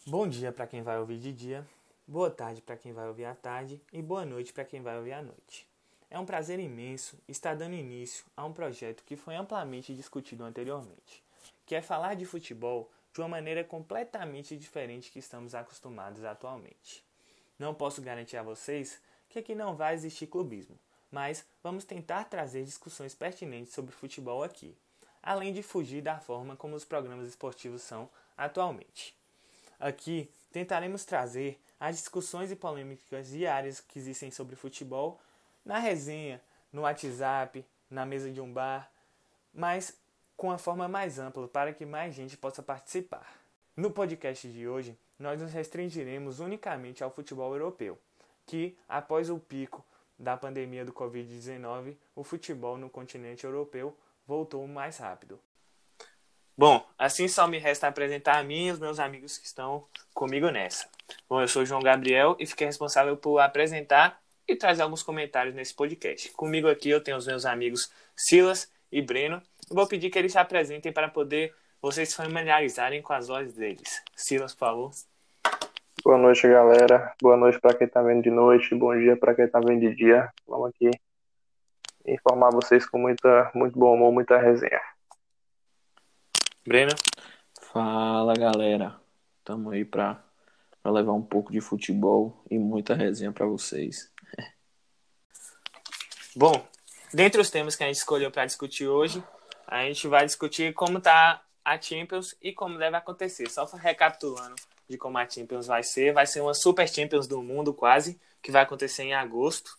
Bom dia para quem vai ouvir de dia, boa tarde para quem vai ouvir à tarde e boa noite para quem vai ouvir à noite. É um prazer imenso estar dando início a um projeto que foi amplamente discutido anteriormente, que é falar de futebol de uma maneira completamente diferente que estamos acostumados atualmente. Não posso garantir a vocês que aqui não vai existir clubismo, mas vamos tentar trazer discussões pertinentes sobre futebol aqui, além de fugir da forma como os programas esportivos são atualmente. Aqui tentaremos trazer as discussões e polêmicas diárias que existem sobre futebol na resenha, no WhatsApp, na mesa de um bar, mas com a forma mais ampla para que mais gente possa participar. No podcast de hoje, nós nos restringiremos unicamente ao futebol europeu, que, após o pico da pandemia do Covid-19, o futebol no continente europeu voltou mais rápido. Bom, assim só me resta apresentar a mim e os meus amigos que estão comigo nessa. Bom, eu sou o João Gabriel e fiquei responsável por apresentar e trazer alguns comentários nesse podcast. Comigo aqui eu tenho os meus amigos Silas e Breno. Eu vou pedir que eles se apresentem para poder vocês se familiarizarem com as vozes deles. Silas, por favor. Boa noite, galera. Boa noite para quem tá vendo de noite. Bom dia para quem tá vendo de dia. Vamos aqui informar vocês com muito bom humor, muita resenha. Breno. Fala, galera. Tamo aí pra levar um pouco de futebol e muita resenha pra vocês. Bom, dentre os temas que a gente escolheu para discutir hoje, a gente vai discutir como tá a Champions e como deve acontecer. Só recapitulando de como a Champions vai ser uma Super Champions do mundo quase, que vai acontecer em agosto,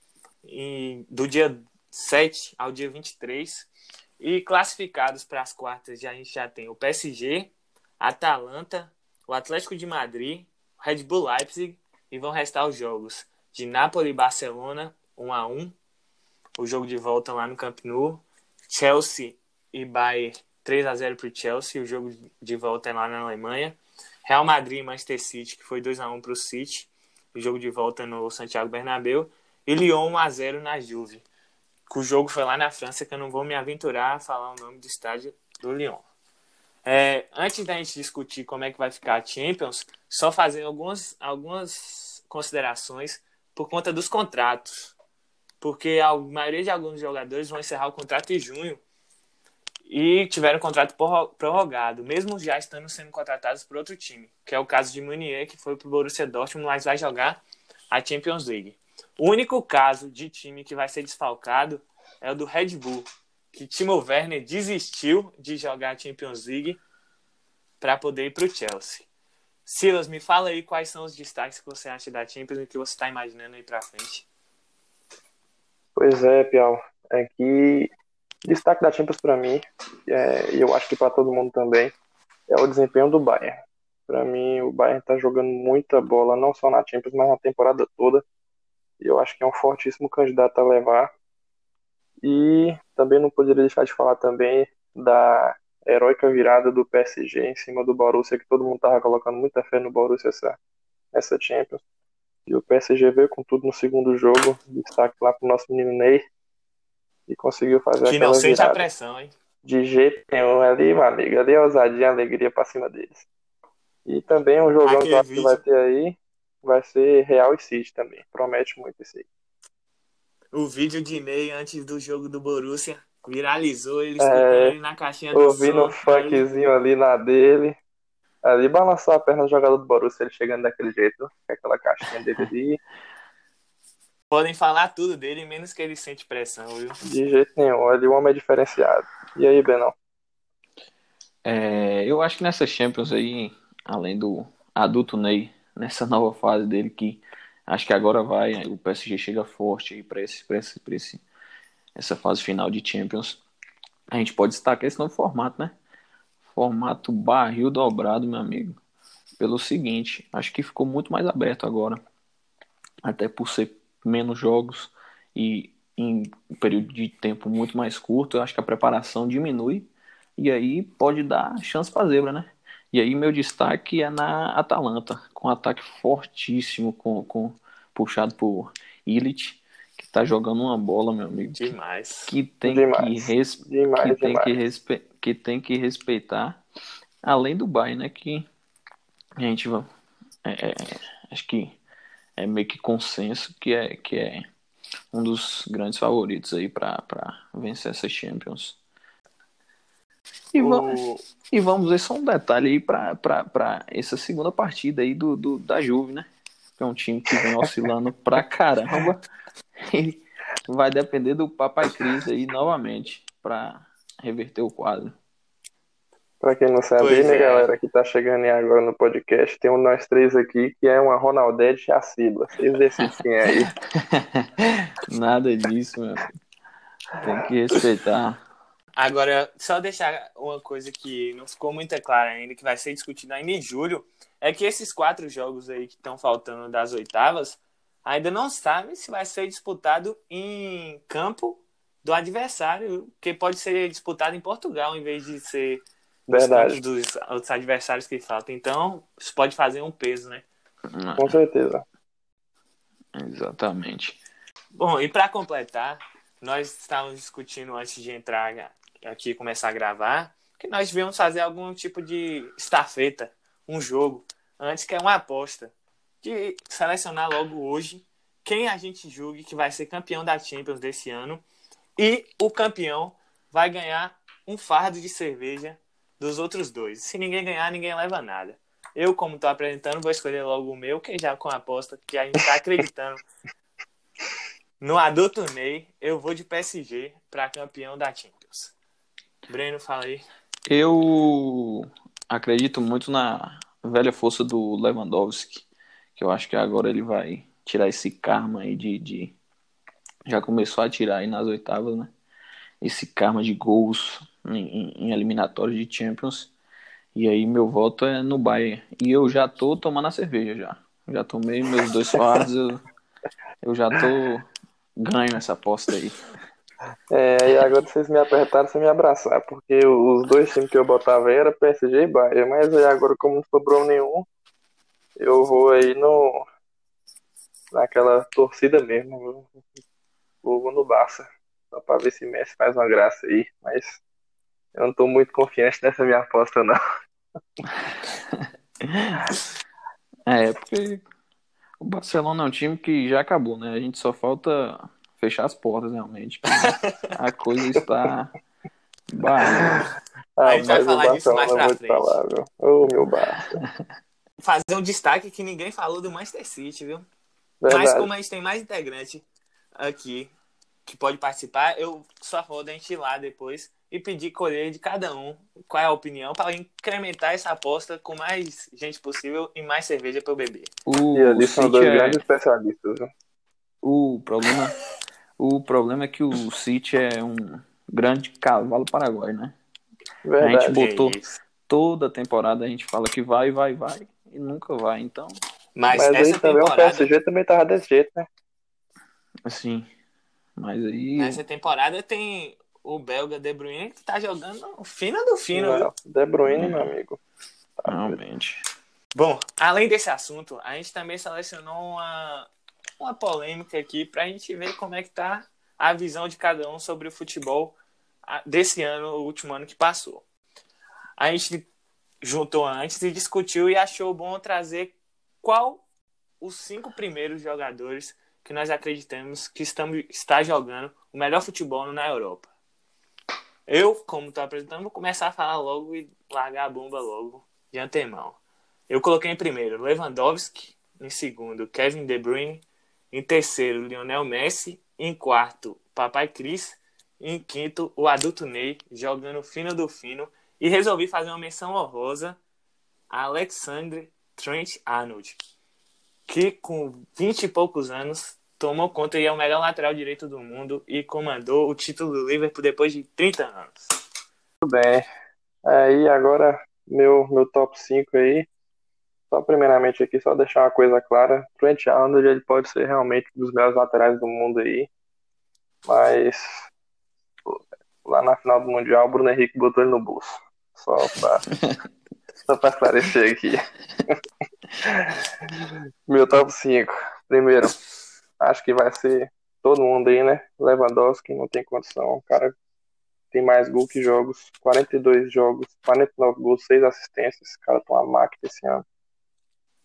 do dia 7 ao dia 23. E classificados para as quartas, a gente já tem o PSG, Atalanta, o Atlético de Madrid, o Red Bull Leipzig, e vão restar os jogos de Napoli e Barcelona, 1-1, o jogo de volta lá no Camp Nou, Chelsea e Bayern, 3-0 para o Chelsea, o jogo de volta é lá na Alemanha, Real Madrid e Manchester City, que foi 2-1 para o City, o jogo de volta no Santiago Bernabéu, e Lyon 1-0 na Juve. O jogo foi lá na França, que eu não vou me aventurar a falar o nome do estádio do Lyon. Antes da gente discutir como é que vai ficar a Champions, só fazer algumas considerações por conta dos contratos. Porque a maioria de alguns jogadores vão encerrar o contrato em junho e tiveram o contrato prorrogado, mesmo já estando sendo contratados por outro time, que é o caso de Meunier, que foi para o Borussia Dortmund, mas vai jogar a Champions League. O único caso de time que vai ser desfalcado é o do Red Bull, que Timo Werner desistiu de jogar a Champions League para poder ir para o Chelsea. Silas, me fala aí quais são os destaques que você acha da Champions e o que você está imaginando aí para frente. Pois é, Piau. É que destaque da Champions para mim, e eu acho que para todo mundo também, é o desempenho do Bayern. Para mim, o Bayern está jogando muita bola, não só na Champions, mas na temporada toda. E eu acho que é um fortíssimo candidato a levar. E também não poderia deixar de falar também da heróica virada do PSG em cima do Borussia, que todo mundo estava colocando muita fé no Borussia essa Champions. E o PSG veio com tudo no segundo jogo, destaque lá pro nosso menino Ney, e conseguiu fazer que aquela não sente virada. A pressão, hein? De jeito nenhum ali, meu amigo, ali é ousadia, alegria pra cima deles. E também um jogão que eu acho que vai ter aí, vai ser Real e City também, promete muito esse aí. O vídeo de Ney antes do jogo do Borussia viralizou, ele escutando ele na caixinha do som. Ouvindo um funkzinho ali na dele. Ali balançou a perna do jogador do Borussia, ele chegando daquele jeito, com aquela caixinha dele ali. Podem falar tudo dele, menos que ele sente pressão, viu? De jeito nenhum, ali o homem é diferenciado. E aí, Benão? Eu acho que nessa Champions aí, além do adulto Ney, nessa nova fase dele, que acho que agora o PSG chega forte aí para essa fase final de Champions, a gente pode destacar esse novo formato, né? Formato barril dobrado, meu amigo. Pelo seguinte, acho que ficou muito mais aberto agora. Até por ser menos jogos e em um período de tempo muito mais curto, eu acho que a preparação diminui e aí pode dar chance para zebra, né? E aí meu destaque é na Atalanta, com um ataque fortíssimo, puxado por Illich, que tá jogando uma bola, meu amigo. Demais. Que tem que respeitar, além do Bayern, né? Que A gente vai. Acho que é meio que consenso que é um dos grandes favoritos aí para vencer essa Champions. E, O... e vamos ver só um detalhe aí para essa segunda partida aí da Juve, né? Que é um time que vem oscilando pra caramba. E vai depender do Papai Cris aí novamente para reverter o quadro. Pra quem não sabe, Pois né, é. galera, que tá chegando aí agora no podcast, tem um nós três aqui que é uma Ronaldete assídua. Vocês decidem quem é aí. Nada disso, meu amigo. Tem que respeitar. Agora, só deixar uma coisa que não ficou muito clara ainda, que vai ser discutida ainda em julho, é que esses 4 jogos aí que estão faltando das oitavas, ainda não sabe se vai ser disputado em campo do adversário, que pode ser disputado em Portugal, em vez de ser nos campos Verdade, dos outros adversários que faltam. Então, isso pode fazer um peso, né? com certeza. Exatamente. Bom, e para completar, nós estávamos discutindo antes de entrar aqui e começar a gravar, que nós devíamos fazer algum tipo de estafeta, um jogo, antes que é uma aposta, de selecionar logo hoje quem a gente julgue que vai ser campeão da Champions desse ano e o campeão vai ganhar um fardo de cerveja dos outros dois. Se ninguém ganhar, ninguém leva nada. Eu, como estou apresentando, vou escolher logo o meu, que já com a aposta que a gente está acreditando no adulto Ney, eu vou de PSG para campeão da Champions. Breno, fala aí. Eu acredito muito na velha força do Lewandowski, que eu acho que agora ele vai tirar esse karma aí de... Já começou a tirar aí nas oitavas, né? Esse karma de gols em eliminatórios de Champions. E aí meu voto é no Bayern. E eu já tô tomando a cerveja já. Já tomei meus 2 fardos, eu já tô ganho essa aposta aí. E agora vocês me apertaram sem me abraçar, porque os dois times que eu botava aí era PSG e Bayern, mas aí agora como não sobrou nenhum, eu vou aí no naquela torcida mesmo, vou no Barça, só pra ver se Messi faz uma graça aí, mas eu não tô muito confiante nessa minha aposta não. Porque o Barcelona é um time que já acabou, né? A gente só falta fechar as portas realmente. A coisa está barril. A gente vai Rapaz, o falar disso mais Barcelona, eu pra vou te frente. falar, viu? Ô, meu Barça. Fazer um destaque que ninguém falou do Manchester City, viu? Mas Verdade. como a gente tem mais integrante aqui que pode participar, eu só vou da gente ir lá depois e pedir colher de cada um qual é a opinião para incrementar essa aposta com mais gente possível e mais cerveja para eu beber. E O ali são City dois é grandes especialistas, viu? o problema. O problema é que o City é um grande cavalo paraguaio, né? A gente Verdade. Que botou isso. toda a temporada, a gente fala que vai e nunca vai. Então, Mas Mas aí essa também o temporada, PSG também tava desse jeito, né? assim, mas aí nessa temporada tem o belga De Bruyne que tá jogando o fino do fino, viu? Não, De Bruyne, meu amigo. Tá doido. realmente. Bom, além desse assunto, a gente também selecionou uma polêmica aqui pra gente ver como é que tá a visão de cada um sobre o futebol desse ano, o último ano que passou. A gente juntou antes e discutiu e achou bom trazer qual os 5 primeiros jogadores que nós acreditamos que está jogando o melhor futebol na Europa. Eu, como estou apresentando, vou começar a falar logo e largar a bomba logo de antemão. Eu coloquei em primeiro Lewandowski, em segundo Kevin De Bruyne, em terceiro Lionel Messi, em quarto Papai Cris, em quinto o adulto Ney, jogando fino do fino, e resolvi fazer uma menção honrosa a Alexander Trent Arnold, que com 20 e poucos anos tomou conta e é o melhor lateral direito do mundo e comandou o título do Liverpool depois de 30 anos. Tudo bem. Aí agora, meu top 5 aí. Só primeiramente aqui, só deixar uma coisa clara. Trent Arnold, ele pode ser realmente um dos melhores laterais do mundo aí. Mas lá na final do Mundial, o Bruno Henrique botou ele no bolso. Só pra esclarecer aqui. Meu top 5. Primeiro, acho que vai ser todo mundo aí, né? Lewandowski, não tem condição. O cara tem mais gol que jogos. 42 jogos, 49 gols, 6 assistências. O cara tá uma máquina esse ano.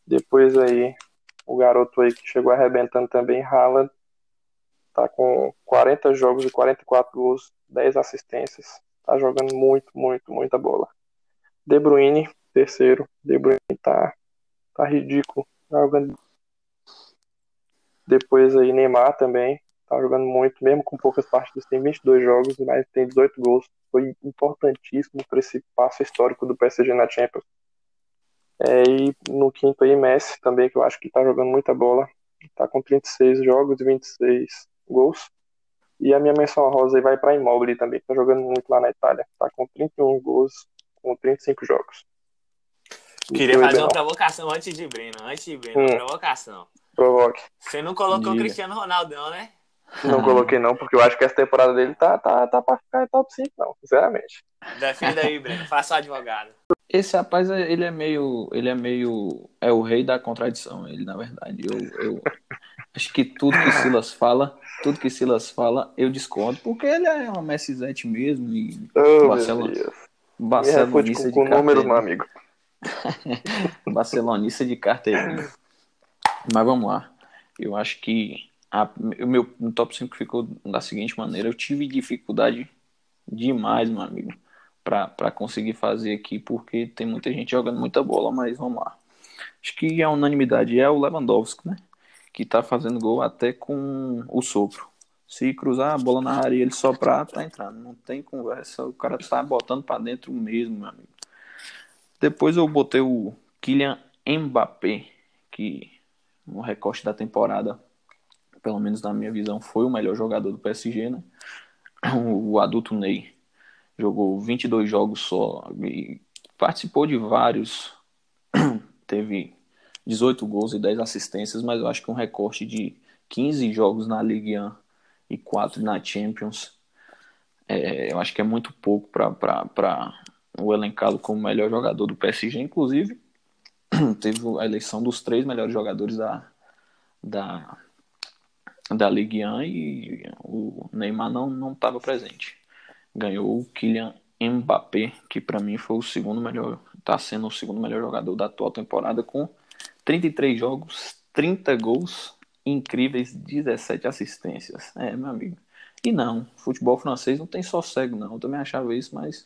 Depois aí, o garoto aí que chegou arrebentando também, Haaland, tá com 40 jogos e 44 gols, 10 assistências. Tá jogando muito, muito, muita bola. De Bruyne, terceiro. De Bruyne tá ridículo. Tá jogando. Depois aí, Neymar também. Tá jogando muito, mesmo com poucas partidas. Tem 22 jogos, mas tem 18 gols. Foi importantíssimo para esse passo histórico do PSG na Champions. E no quinto aí, Messi também, que eu acho que tá jogando muita bola. Tá com 36 jogos e 26 gols. E a minha menção rosa aí vai para Immobile também, que tá jogando muito lá na Itália. Tá com 31 gols, com 35 jogos. Queria fazer uma provocação antes de Breno, uma provocação. Provoque. Você não colocou o Diga. Cristiano Ronaldo, não, né? Não coloquei não, porque eu acho que essa temporada dele tá pra ficar em top 5, não, sinceramente. Defenda aí, Breno. Faça o advogado. Esse rapaz, ele é é o rei da contradição, ele, na verdade. Eu acho que tudo que Silas fala, eu discordo, porque ele é uma Messizete mesmo e Oh, meu Deus. Me refute Barcelonista de com números, meu carteirinha. amigo. Barcelonista de carteirinha. Mas vamos lá. Eu acho que o meu top 5 ficou da seguinte maneira. Eu tive dificuldade demais, meu amigo, para conseguir fazer aqui, porque tem muita gente jogando muita bola, mas vamos lá. Acho que a unanimidade é o Lewandowski, né? Que tá fazendo gol até com o sopro. Se cruzar a bola na área e ele soprar, tá entrando. Não tem conversa. O cara tá botando para dentro mesmo, meu amigo. Depois eu botei o Kylian Mbappé, que no recorte da temporada, pelo menos na minha visão, foi o melhor jogador do PSG, né? O adulto Ney jogou 22 jogos só e participou de vários, teve 18 gols e 10 assistências, mas eu acho que um recorte de 15 jogos na Ligue 1 e 4 na Champions, eu acho que é muito pouco para o elencá-lo como melhor jogador do PSG. Inclusive, teve a eleição dos 3 melhores jogadores da, da Ligue 1 e o Neymar não estava presente. Ganhou o Kylian Mbappé, que para mim foi o segundo melhor, está sendo o segundo melhor jogador da atual temporada, com 33 jogos, 30 gols, incríveis 17 assistências. Meu amigo. E não, futebol francês não tem só cego, não. Eu também achava isso, mas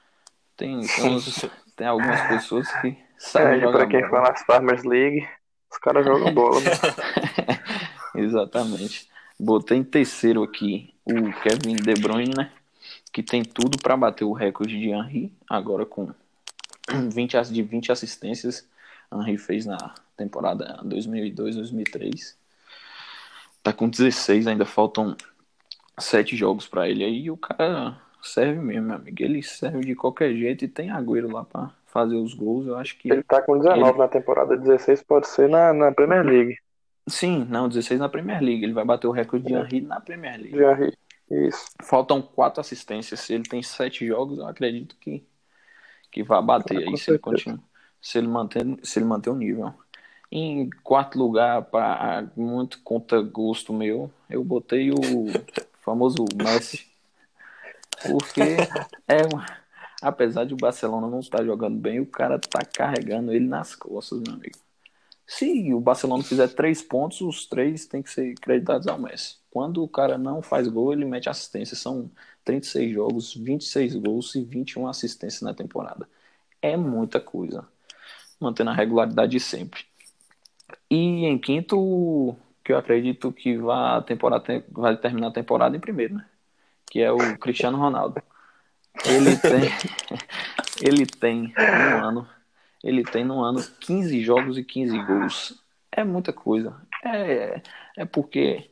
tem algumas pessoas que sabem E jogar pra quem bola. for nas Farmers League, os caras jogam bola, mano. Exatamente. Botei em terceiro aqui o Kevin De Bruyne, né? Que tem tudo para bater o recorde de Henry, agora com 20 assistências. Henry fez na temporada 2002-2003. Tá com 16, ainda faltam 7 jogos para ele. Aí o cara serve mesmo, meu amigo. Ele serve de qualquer jeito e tem Agüero lá para fazer os gols. Eu acho que Ele tá com 19 na temporada, 16 pode ser na Premier League. Sim, não, 16 na Premier League. Ele vai bater o recorde de Henry na Premier League. De Henry, isso. Faltam 4 assistências. Se ele tem 7 jogos, eu acredito que vai bater aí Com se ele certeza. continuar, se ele manter o nível. Em quarto lugar, para muito conta gosto meu, eu botei o famoso Messi, porque apesar de o Barcelona não estar jogando bem, o cara tá carregando ele nas costas, meu amigo. Se o Barcelona fizer 3 pontos, os 3 têm que ser creditados ao Messi. Quando o cara não faz gol, ele mete assistência. São 36 jogos, 26 gols e 21 assistências na temporada. É muita coisa, mantendo a regularidade de sempre. E em quinto, que eu acredito que vai terminar a temporada em primeiro, né? Que é o Cristiano Ronaldo. Ele tem, ele tem no ano, ele tem no ano 15 jogos e 15 gols. É muita coisa. É porque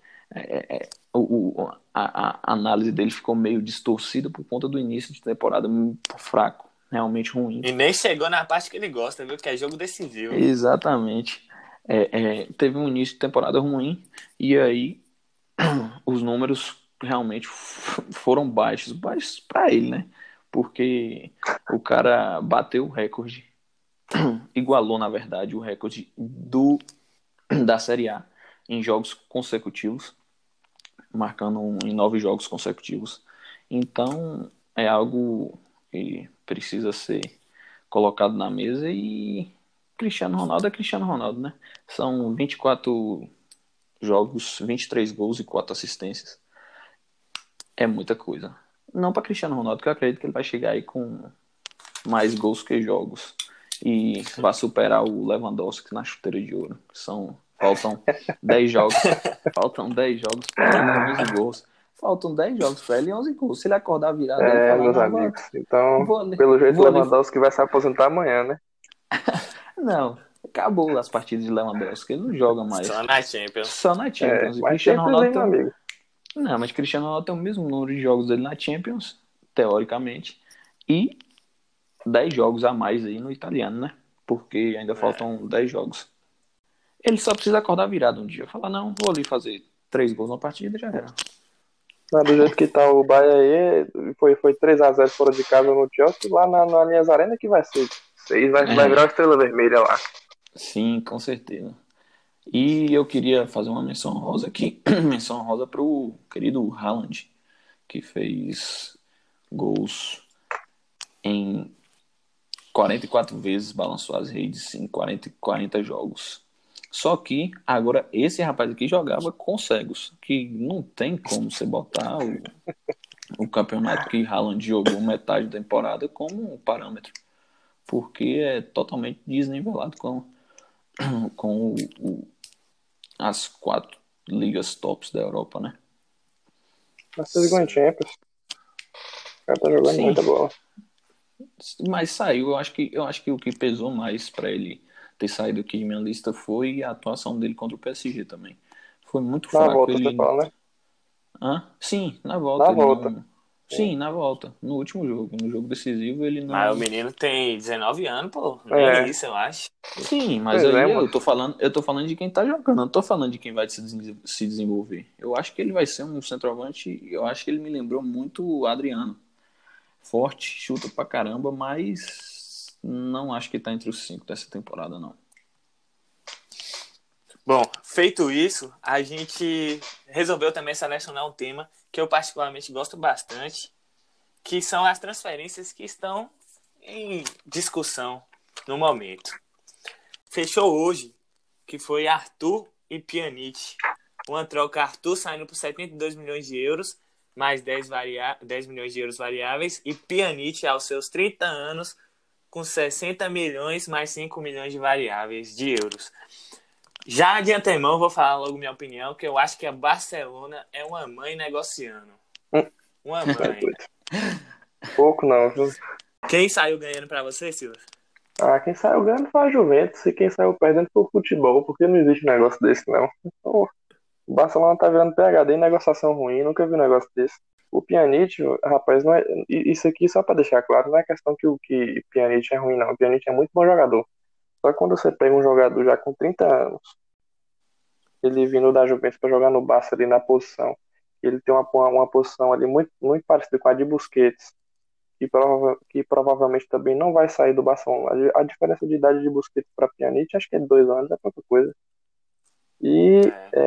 a análise dele ficou meio distorcida por conta do início de temporada fraco, realmente ruim. E nem chegou na parte que ele gosta, viu? Que é jogo decisivo. Exatamente. Teve um início de temporada ruim e aí os números realmente foram baixos para ele, né? Porque o cara bateu o recorde, igualou na verdade o recorde da Série A em jogos consecutivos, marcando em 9 jogos consecutivos. Então é algo que precisa ser colocado na mesa e Cristiano Ronaldo é Cristiano Ronaldo, né? São 24 jogos, 23 gols e 4 assistências. É muita coisa. Não para Cristiano Ronaldo, que eu acredito que ele vai chegar aí com mais gols que jogos. E vai superar o Lewandowski na chuteira de ouro. Faltam 10 jogos. Faltam 10 jogos para ele e 11 gols. Faltam 10 jogos para ele e 11 gols. Se ele acordar virado, ele falar, Meus não, amigos. Então, pelo jeito, vou ali. Lewandowski vai se aposentar amanhã, né? Não, acabou as partidas de Lewandowski. Ele não joga mais. Só na Champions. Só na Champions. E Mas Cristiano sempre Ronaldo vem, meu amigo. Não, mas Cristiano Ronaldo tem o mesmo número de jogos dele na Champions, teoricamente, e 10 jogos a mais aí no italiano, né? Porque ainda faltam 10 jogos. Ele só precisa acordar virado um dia. Falar, não, vou ali fazer 3 gols na partida, já era. Do jeito que tá o Bahia aí, foi 3-0 fora de casa no Chelsea, lá na Allianz Arena que vai ser 6, vai virar uma estrela vermelha lá. Sim, com certeza. E eu queria fazer uma menção rosa aqui, menção rosa pro querido Haaland, que fez gols em 44 vezes, balançou as redes em 40 jogos. Só que agora esse rapaz aqui jogava com cegos, que não tem como você botar o campeonato que Haaland jogou metade da temporada como um parâmetro, porque é totalmente desnivelado com as 4 ligas tops da Europa, né? Mas você jogou em Champions. O cara tá jogando muita bola. Mas saiu, eu acho que o que pesou mais pra ele ter saído aqui de minha lista foi a atuação dele contra o PSG também. Foi muito Na fraco. volta, você fala, né? Sim, na volta. Na volta. Não... Sim, na volta. No último jogo. No jogo decisivo, ele não... Mas o menino tem 19 anos, pô. Nem isso, eu acho. Sim, mas Pois aí é, eu tô falando de quem tá jogando. Eu não tô falando de quem vai se desenvolver. Eu acho que ele vai ser um centroavante. Eu acho que ele me lembrou muito o Adriano. Forte, chuta pra caramba, mas não acho que tá entre os 5 dessa temporada, não. Bom, feito isso, a gente resolveu também selecionar um tema que eu particularmente gosto bastante, que são as transferências que estão em discussão no momento. Fechou hoje, que foi Arthur e Pjanic. Uma troca, Arthur saindo por 72 milhões de euros, mais 10 milhões de euros variáveis, e Pjanic aos seus 30 anos, com 60 milhões mais 5 milhões de variáveis de euros. Já de antemão, vou falar logo minha opinião, que eu acho que a Barcelona é uma mãe negociando. Uma mãe. Pouco não, viu? Quem saiu ganhando pra você, Silas? Quem saiu ganhando foi a Juventus e quem saiu perdendo foi o futebol, porque não existe negócio desse, não. Então, o Barcelona tá virando PhD em negociação ruim, nunca vi um negócio desse. O Pjanic, rapaz, não é, isso aqui só pra deixar claro, não é questão que o Pjanic é ruim, não. O Pjanic é muito bom jogador. Só que quando você pega um jogador já com 30 anos, ele vindo da Juventus pra jogar no Barça ali na posição, ele tem uma posição ali muito, muito parecida com a de Busquets, que provavelmente também não vai sair do Barcelona. A diferença de idade de Busquets para Pjanic acho que é 2 anos, é pouca coisa. E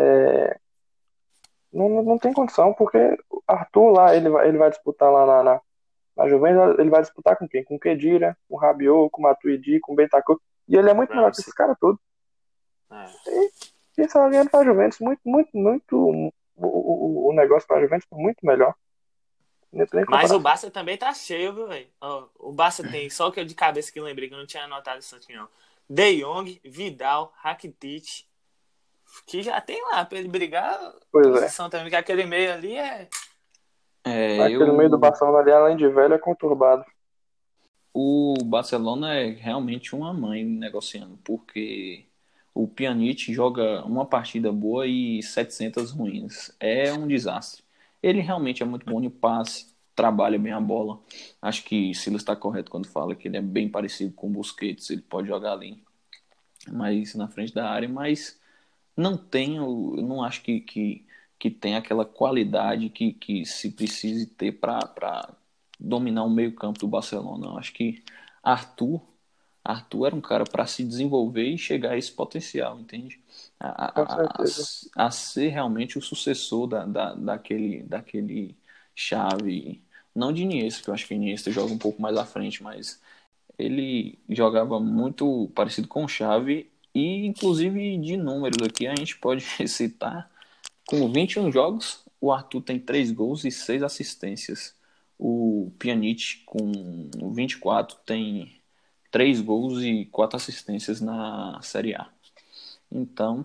não tem condição, porque o Arthur lá, ele vai disputar lá na Juventus, ele vai disputar com quem? Com o Khedira, com o Rabiot, com o Matuidi, com o Bentancur, e ele é muito melhor que esses caras todos. E quem saiu ganhando para a Juventus, muito o negócio para a Juventus foi muito melhor. Mas o Barça também tá cheio, viu, velho? O Barça tem, só que eu de cabeça que lembrei, que eu não tinha anotado isso aqui, não. De Jong, Vidal, Rakitic, que já tem lá pra ele brigar. Posição também, que aquele meio ali aquele meio do Barcelona ali, além de velho, é conturbado. O Barcelona é realmente uma mãe negociando, porque o Pjanic joga uma partida boa e 700 ruins. É um desastre. Ele realmente é muito bom de passe, trabalha bem a bola. Acho que Silas está correto quando fala que ele é bem parecido com o Busquets, ele pode jogar ali, mas na frente da área, mas eu não acho que tem aquela qualidade que se precise ter para dominar o meio-campo do Barcelona. Eu acho que Arthur era um cara para se desenvolver e chegar a esse potencial, entende? A ser realmente o sucessor daquele Xavi, não de Iniesta, que eu acho que Iniesta joga um pouco mais à frente, mas ele jogava muito parecido com o Xavi e, inclusive, de números aqui, a gente pode citar, com 21 jogos, o Arthur tem 3 gols e 6 assistências. O Pjanic, com 24, tem 3 gols e 4 assistências na Série A. Então,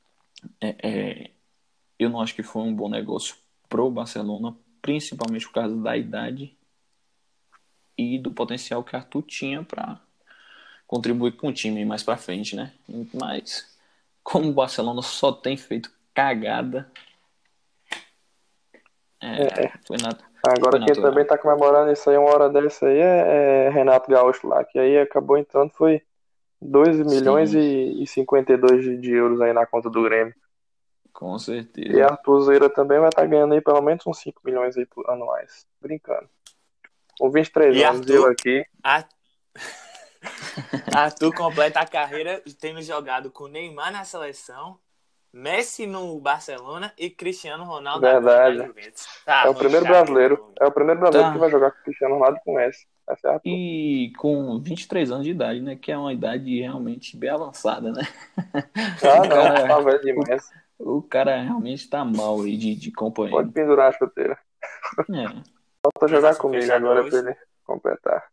eu não acho que foi um bom negócio pro Barcelona, principalmente por causa da idade e do potencial que Arthur tinha para contribuir com o time mais para frente, né? Mas como o Barcelona só tem feito cagada, foi Agora quem natural. também tá comemorando isso aí uma hora dessa aí é Renato Gaúcho lá, que aí acabou entrando, foi 2 milhões Sim, e 52 de euros aí na conta do Grêmio. com E certeza. a Arthuzeira também vai estar ganhando aí pelo menos uns 5 milhões aí anuais. Brincando. Com 23 E anos, eu Arthur, aqui. a- Arthur completa a carreira tendo jogado com Neymar na seleção, Messi no Barcelona e Cristiano Ronaldo agora na Verdade. Juventus. Tá É o ruim de primeiro carreira, brasileiro. pô. É o primeiro brasileiro que vai Tá. jogar com o Cristiano Ronaldo e com o Messi. Tá certo? E com 23 anos de idade, né? Que é uma idade realmente bem avançada, né? Ah, O não. Tá cara, velho o, demais. o cara realmente tá mal aí de Pode companheiro. pendurar a chuteira. É. Falta jogar Transação comigo fechada agora pra hoje. ele completar.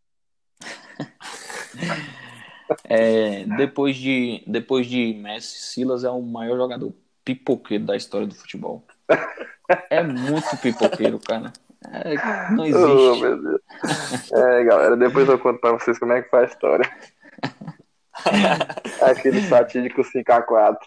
Depois de Messi, Silas é o maior jogador pipoqueiro da história do futebol. É muito pipoqueiro, cara. Não Oh, existe. meu Deus. Galera, depois eu conto pra vocês como é que faz a história. Aquele fatídico 5-4.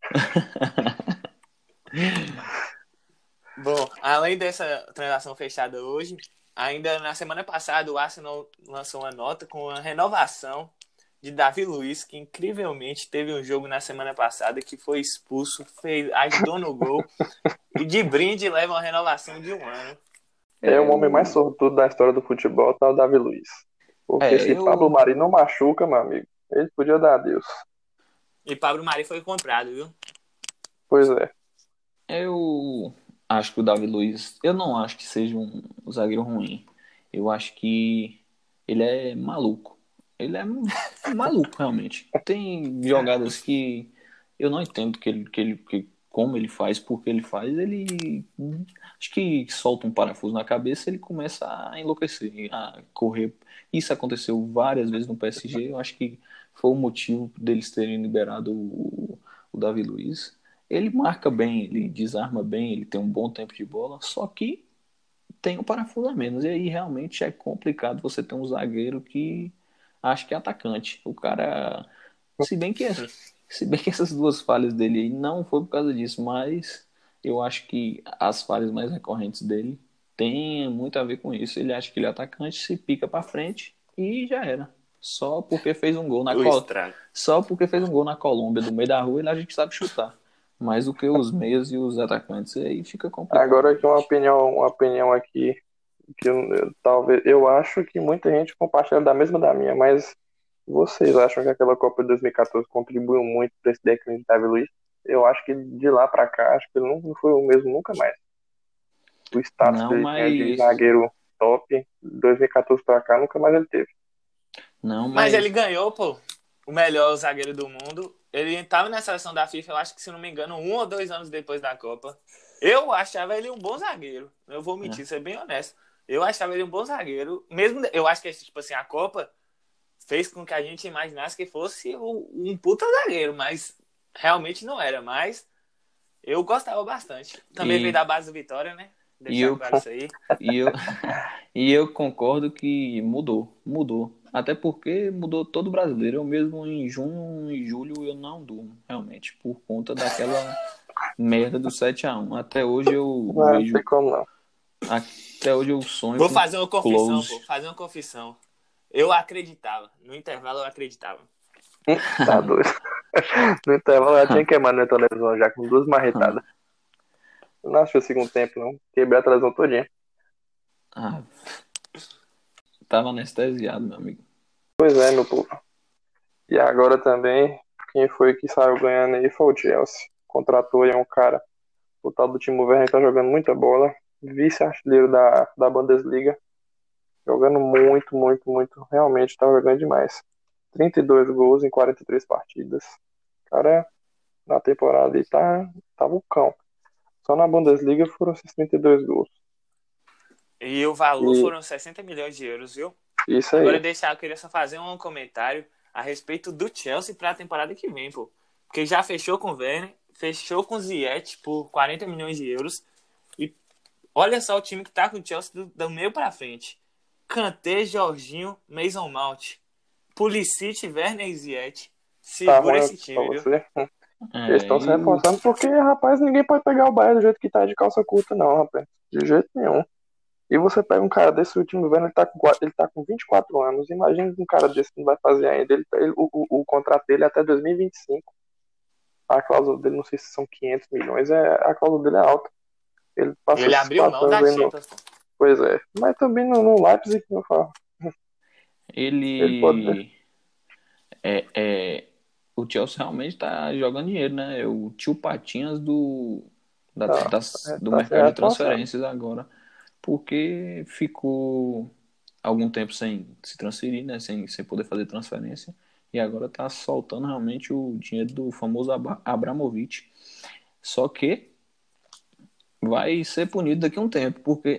Bom, além dessa transação fechada hoje, ainda na semana passada o Arsenal lançou uma nota com a renovação de Davi Luiz, que incrivelmente teve um jogo na semana passada que foi expulso, ajudou no gol e de brinde leva uma renovação de 1 ano. É o homem mais Eu, sortudo da história do futebol, tá o Davi Luiz. Porque se Pablo eu, Mari não machuca, meu amigo, ele podia dar adeus. E Pablo Mari foi comprado, viu? Pois é. eu acho que o Davi Luiz, eu não acho que seja um zagueiro ruim. Eu acho que ele é maluco. Ele é maluco, realmente. Tem jogadas que eu não entendo como ele faz, porque ele faz. Ele acho que solta um parafuso na cabeça, ele começa a enlouquecer, a correr. Isso aconteceu várias vezes no PSG. Eu acho que foi o motivo deles terem liberado o Davi Luiz. Ele marca bem, ele desarma bem, ele tem um bom tempo de bola, só que tem um parafuso a menos. E aí realmente é complicado você ter um zagueiro que acha que é atacante. O cara, se bem que se bem que essas duas falhas dele aí não foi por causa disso, mas eu acho que as falhas mais recorrentes dele têm muito a ver com isso. Ele acha que ele é atacante, se pica pra frente e já era. Só porque fez um gol na O estrago. Só porque fez um gol na Colômbia, do meio da rua, ele a gente sabe chutar. Mais do que os meias e os atacantes, aí fica complicado Agora aqui realmente. uma opinião aqui que talvez eu acho que muita gente compartilha da mesma da minha, mas vocês acham que aquela Copa de 2014 contribuiu muito para esse declínio de Davi Luiz? Eu acho que de lá para cá, acho que ele não foi o mesmo nunca mais. O status que Não, ele tinha de mas zagueiro top, 2014 para cá, nunca mais ele teve. não, Mas ele mas ganhou, pô, o melhor zagueiro do mundo. Ele estava na seleção da FIFA, eu acho que, se não me engano, 1 ou 2 anos depois da Copa. Eu achava ele um bom zagueiro. Eu vou mentir, ser bem honesto. Eu achava ele um bom zagueiro. Mesmo, eu acho que, tipo assim, a Copa fez com que a gente imaginasse que fosse um puta zagueiro, mas realmente não era. Mas eu gostava bastante. Também veio e, da base do Vitória, né? e Deixar eu claro isso aí. e eu e eu concordo que mudou. Até porque mudou todo brasileiro. Eu mesmo em junho e julho eu não durmo, realmente, por conta daquela merda do 7-1. Não tem como não. Até hoje eu sonho Vou com fazer uma confissão, pô. close. Fazer uma confissão. Eu acreditava. No intervalo eu acreditava. Tá doido. No intervalo já tinha queimado na televisão já com 2 marretadas. Eu não achei o segundo tempo, não. Quebrei a televisão todinha. Ah, tava anestesiado, meu amigo. Pois é, meu povo. E agora também, quem foi que saiu ganhando aí foi o Chelsea. Contratou aí um cara, o tal do Timo Werner, que tá jogando muita bola. Vice-artilheiro da Bundesliga. Jogando muito, muito, muito. Realmente tava jogando demais. 32 gols em 43 partidas. Cara, na temporada ele tá vulcão. Só na Bundesliga foram esses 32 gols. E o valor E foram 60 milhões de euros, viu? isso Agora, aí. eu queria só fazer um comentário a respeito do Chelsea para a temporada que vem, pô. Porque já fechou com o Werner, fechou com o Ziyech por 40 milhões de euros. E olha só o time que tá com o Chelsea do meio para frente. Kanté, Jorginho, Mason Mount, Pulisic, Werner e Ziyech. Tá Segura ruim esse pra time, viu? você. Eles estão se E o, reforçando porque, rapaz, ninguém pode pegar o Bayern do jeito que tá de calça curta, não, rapaz. De jeito nenhum. E você pega um cara desse, o time do Werner, ele tá com 24 anos. Imagina um cara desse que não vai fazer ainda. O contrato dele é até 2025. A cláusula dele, não sei se são 500 milhões, a cláusula dele é alta. Ele E passa ele esses abriu 4 mão anos da aí no. Champions, pô. Pois é. Mas também no Leipzig, eu falo, ele pode. ele o Chelsea realmente tá jogando dinheiro, né? É o tio Patinhas Tá, do tá se mercado de reforçando. transferências agora. Porque ficou algum tempo sem se transferir, né? Sem poder fazer transferência. E agora tá soltando realmente o dinheiro do famoso Abramovich. Só que vai ser punido daqui a um tempo, porque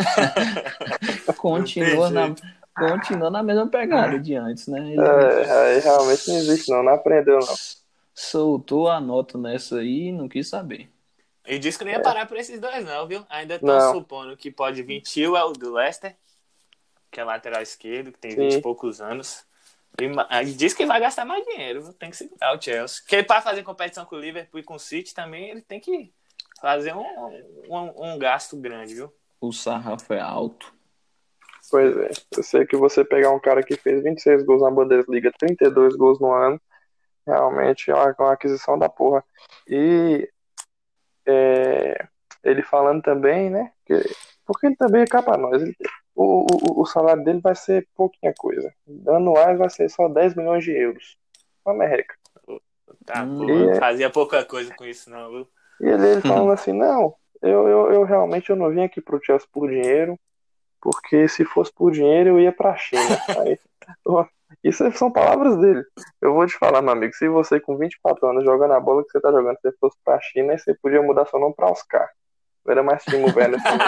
Não tem continua na, jeito. continua na mesma pegada de antes, né? Ele Aí realmente não existe, não. Não aprendeu, não. soltou a nota nessa aí e não quis saber. E disse que não ia É, parar por esses dois, não, viu? Ainda estão não, supondo que pode vir Chilwell do Leicester, que é lateral esquerdo, que tem 20 e sim. poucos anos. E diz que vai gastar mais dinheiro, viu? Tem que segurar o Chelsea. Porque para fazer competição com o Liverpool e com o City também, ele tem que fazer um gasto grande, viu? O sarrafo é alto. Pois é. Eu sei que você pegar um cara que fez 26 gols na Bundesliga, 32 gols no ano, realmente é uma aquisição da porra. E é, ele falando também, né? Porque ele também é capa nós. O salário dele vai ser pouquinha coisa. Anuais vai ser só 10 milhões de euros. Uma merreca. Tá, pô, eu não Uhum. E, fazia pouca coisa com isso, não, viu? ele falando assim, não, eu realmente eu não vim aqui pro Chelsea por dinheiro, porque se fosse por dinheiro eu ia pra China. Aí, ó, isso são palavras dele. Eu vou te falar, meu amigo, se você com 24 anos jogando a bola que você tá jogando, se você fosse pra China, aí você podia mudar seu nome pra Oscar. Não era mais Timo Werner também.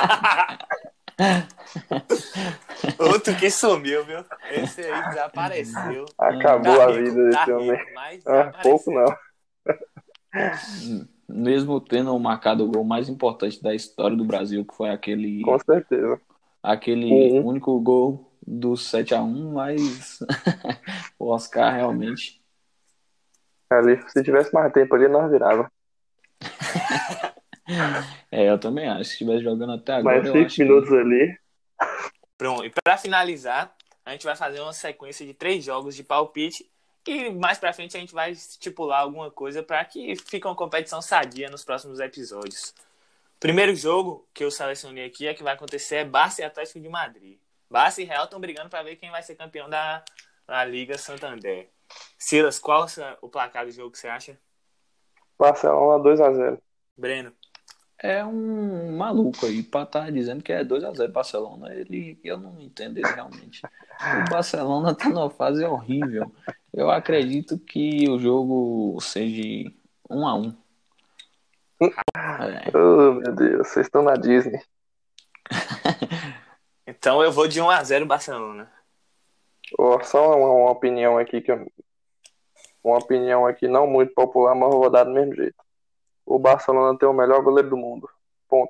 Outro que sumiu, viu? Esse aí desapareceu. Acabou Tá a vida rico, tá desse homem. rico, mas Pouco desapareceu. não. Mesmo tendo marcado o gol mais importante da história do Brasil, que foi Com certeza. aquele O 1 único gol do 7-1, mas o Oscar realmente. ali. Se tivesse mais tempo ali, nós virava. Eu também acho. Se estivesse jogando até agora, Mais eu 5 acho que. minutos ali. Pronto, e para finalizar, a gente vai fazer uma sequência de 3 jogos de palpite e mais pra frente a gente vai estipular alguma coisa para que fique uma competição sadia nos próximos episódios. Primeiro jogo que eu selecionei aqui é que vai acontecer é Barça e Atlético de Madrid. Barça e Real estão brigando para ver quem vai ser campeão da Liga Santander. Silas, qual é o placar do jogo que você acha? Barcelona 2-0. Breno. É um maluco aí pra estar dizendo que é 2-0 Barcelona. Eu não entendo ele realmente. O Barcelona tá numa fase horrível. Eu acredito que o jogo seja 1-1. É. Oh, meu Deus, vocês estão na Disney. Então eu vou de 1-0 Barcelona. Ó, só uma opinião aqui uma opinião aqui não muito popular, mas eu vou dar do mesmo jeito. O Barcelona tem o melhor goleiro do mundo. Ponto.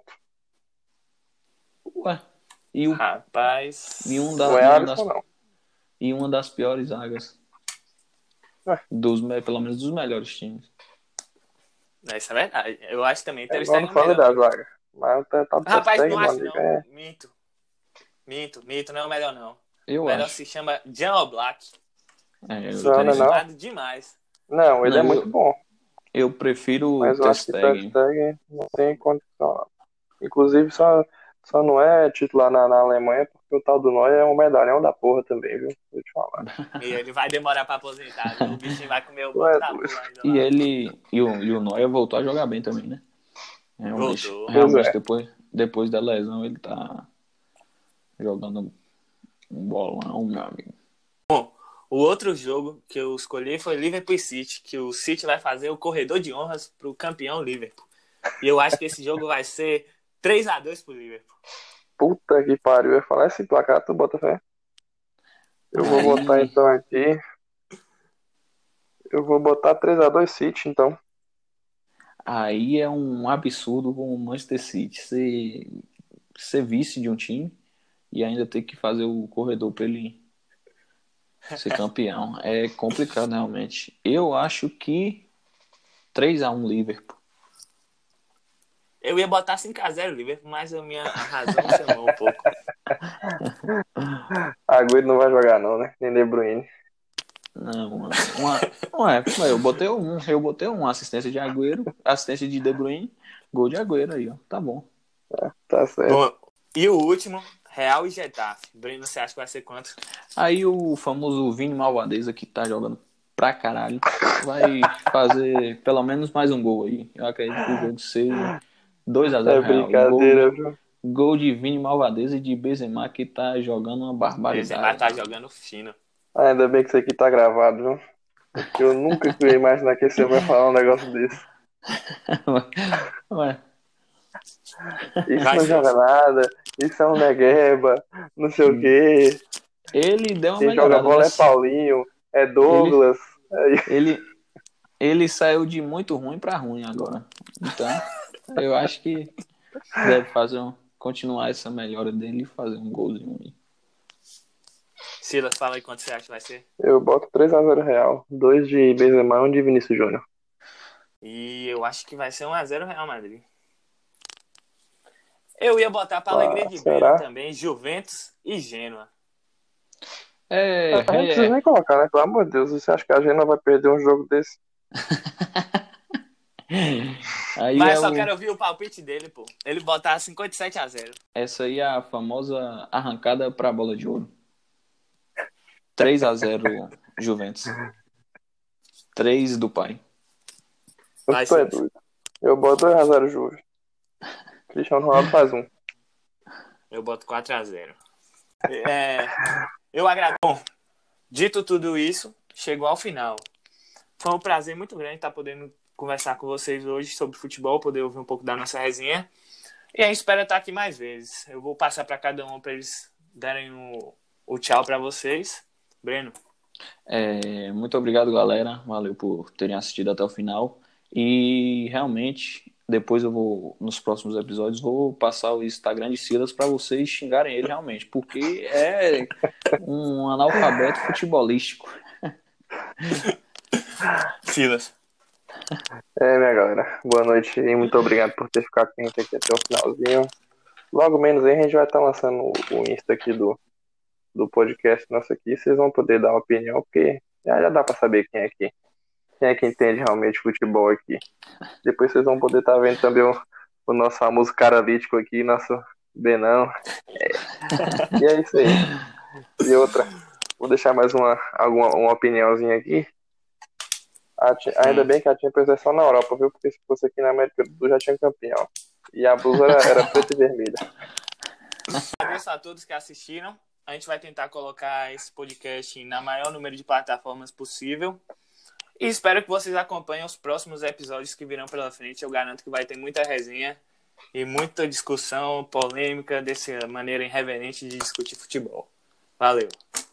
Ué. E, o, Rapaz. e, um Não da, é e, uma Alisson, das, não. e uma das piores zagas. Ué, Pelo menos dos melhores times. Isso é verdade. Eu acho também Ter mas eu Stegen não é o falei melhor da mesmo. zaga. Mas tá do Rapaz, Stegen, não meu acho amigo. não. Minto, não é o melhor não. O Eu melhor acho. se chama Jan Oblak. Eu Não, não é também. não. Superestimado demais. Não, ele é Não, muito bom. eu prefiro o Mas eu Ter acho que Ter Stegen. Stegen não tem condição, não. Inclusive, só não é titular na Alemanha porque o tal do Neuer é um medalhão da porra também, viu? Vou te falar. E ele vai demorar pra aposentar, viu? O bichinho vai comer o Tu banco é da doido. porra ainda E lá. ele e o Neuer voltou a jogar bem também, né? Voltou. Pois Realmente é. depois da lesão ele tá jogando Um bolão, meu amigo. O outro jogo que eu escolhi foi Liverpool e City, que o City vai fazer o corredor de honras pro campeão Liverpool. E eu acho que esse jogo vai ser 3-2 pro Liverpool. Puta que pariu, eu ia falar esse placar, tu bota fé? Eu vou botar Aí, então aqui. Eu vou botar 3-2 City, então. aí é um absurdo com o Manchester City. Ser vice de um time e ainda ter que fazer o corredor para ele ser campeão. É complicado, realmente. Eu acho que 3-1 Liverpool. Eu ia botar 5-0 Liverpool, mas a minha razão chamou um pouco. Agüero não vai jogar não, né? Nem De Bruyne. Não, eu botei um assistência de Agüero, assistência de De Bruyne, gol de Agüero aí, ó. Tá bom. Tá certo. Bom, e o último, Real e Getafe. Breno, você acha que vai ser quanto? Aí o famoso Vini Malvadeza, que tá jogando pra caralho, vai fazer pelo menos mais um gol aí. Eu acredito que o jogo seja 2-0 É Real. brincadeira, viu? Gol de Vini Malvadeza e de Benzema, que tá jogando uma Benzema barbaridade. tá jogando fino. Ainda bem que isso aqui tá gravado, viu? Porque eu nunca que eu ia imaginar que você vai falar um negócio desse. Ué, Isso Vai, não joga Silas. nada, isso é um negueba, não sei o quê. ele deu uma Quem joga melhorada, né? bola é Paulinho, é Ele, Douglas. Aí, ele, ele saiu de muito ruim pra ruim agora. Então, eu acho que deve continuar essa melhora dele e fazer um golzinho aí. Silas, fala aí quanto você acha que vai ser. eu boto 3-0 Real. 2 de Benzema e 1 de Vinícius Júnior. E eu acho que vai ser 1-0 Real Madrid. Eu ia botar pra alegria de Breno Será? também, Juventus e Gênua. Não precisa nem colocar, né? Pelo amor de Deus, você acha que a gente não vai perder um jogo desse? Aí Mas só quero ouvir o palpite dele, pô. Ele botar 57-0. essa aí é a famosa arrancada pra bola de ouro. 3-0 Juventus. 3 do pai. Vai, Tu é Silas. doido. Eu boto 2-0 Juve. Cristiano Ronaldo faz 1. Eu boto 4-0. Eu agradeço. Bom, dito tudo isso, chegou ao final. Foi um prazer muito grande estar podendo conversar com vocês hoje sobre futebol, poder ouvir um pouco da nossa resenha. E a gente espera estar aqui mais vezes. Eu vou passar para cada um para eles darem o tchau para vocês. Breno. Muito obrigado, galera. Valeu por terem assistido até o final. E realmente, depois nos próximos episódios, vou passar o Instagram de Silas para vocês xingarem ele realmente, porque é um analfabeto futebolístico. Silas. Minha galera. Boa noite e muito obrigado por ter ficado com a gente aqui até o finalzinho. Logo menos aí a gente vai estar lançando o Insta aqui do podcast nosso aqui. Vocês vão poder dar uma opinião, porque já dá pra saber quem é que entende realmente futebol aqui. Depois vocês vão poder estar vendo também o nosso famoso caralítico aqui, nosso Benão. E é isso aí. E outra, vou deixar mais uma opiniãozinha aqui. Ainda bem que a Champions é só na Europa, viu? Porque se fosse aqui na América do Sul já tinha campeão. E a blusa era preta e vermelha. Agradeço a todos que assistiram. A gente vai tentar colocar esse podcast na maior número de plataformas possível. E espero que vocês acompanhem os próximos episódios que virão pela frente. Eu garanto que vai ter muita resenha e muita discussão polêmica dessa maneira irreverente de discutir futebol. Valeu!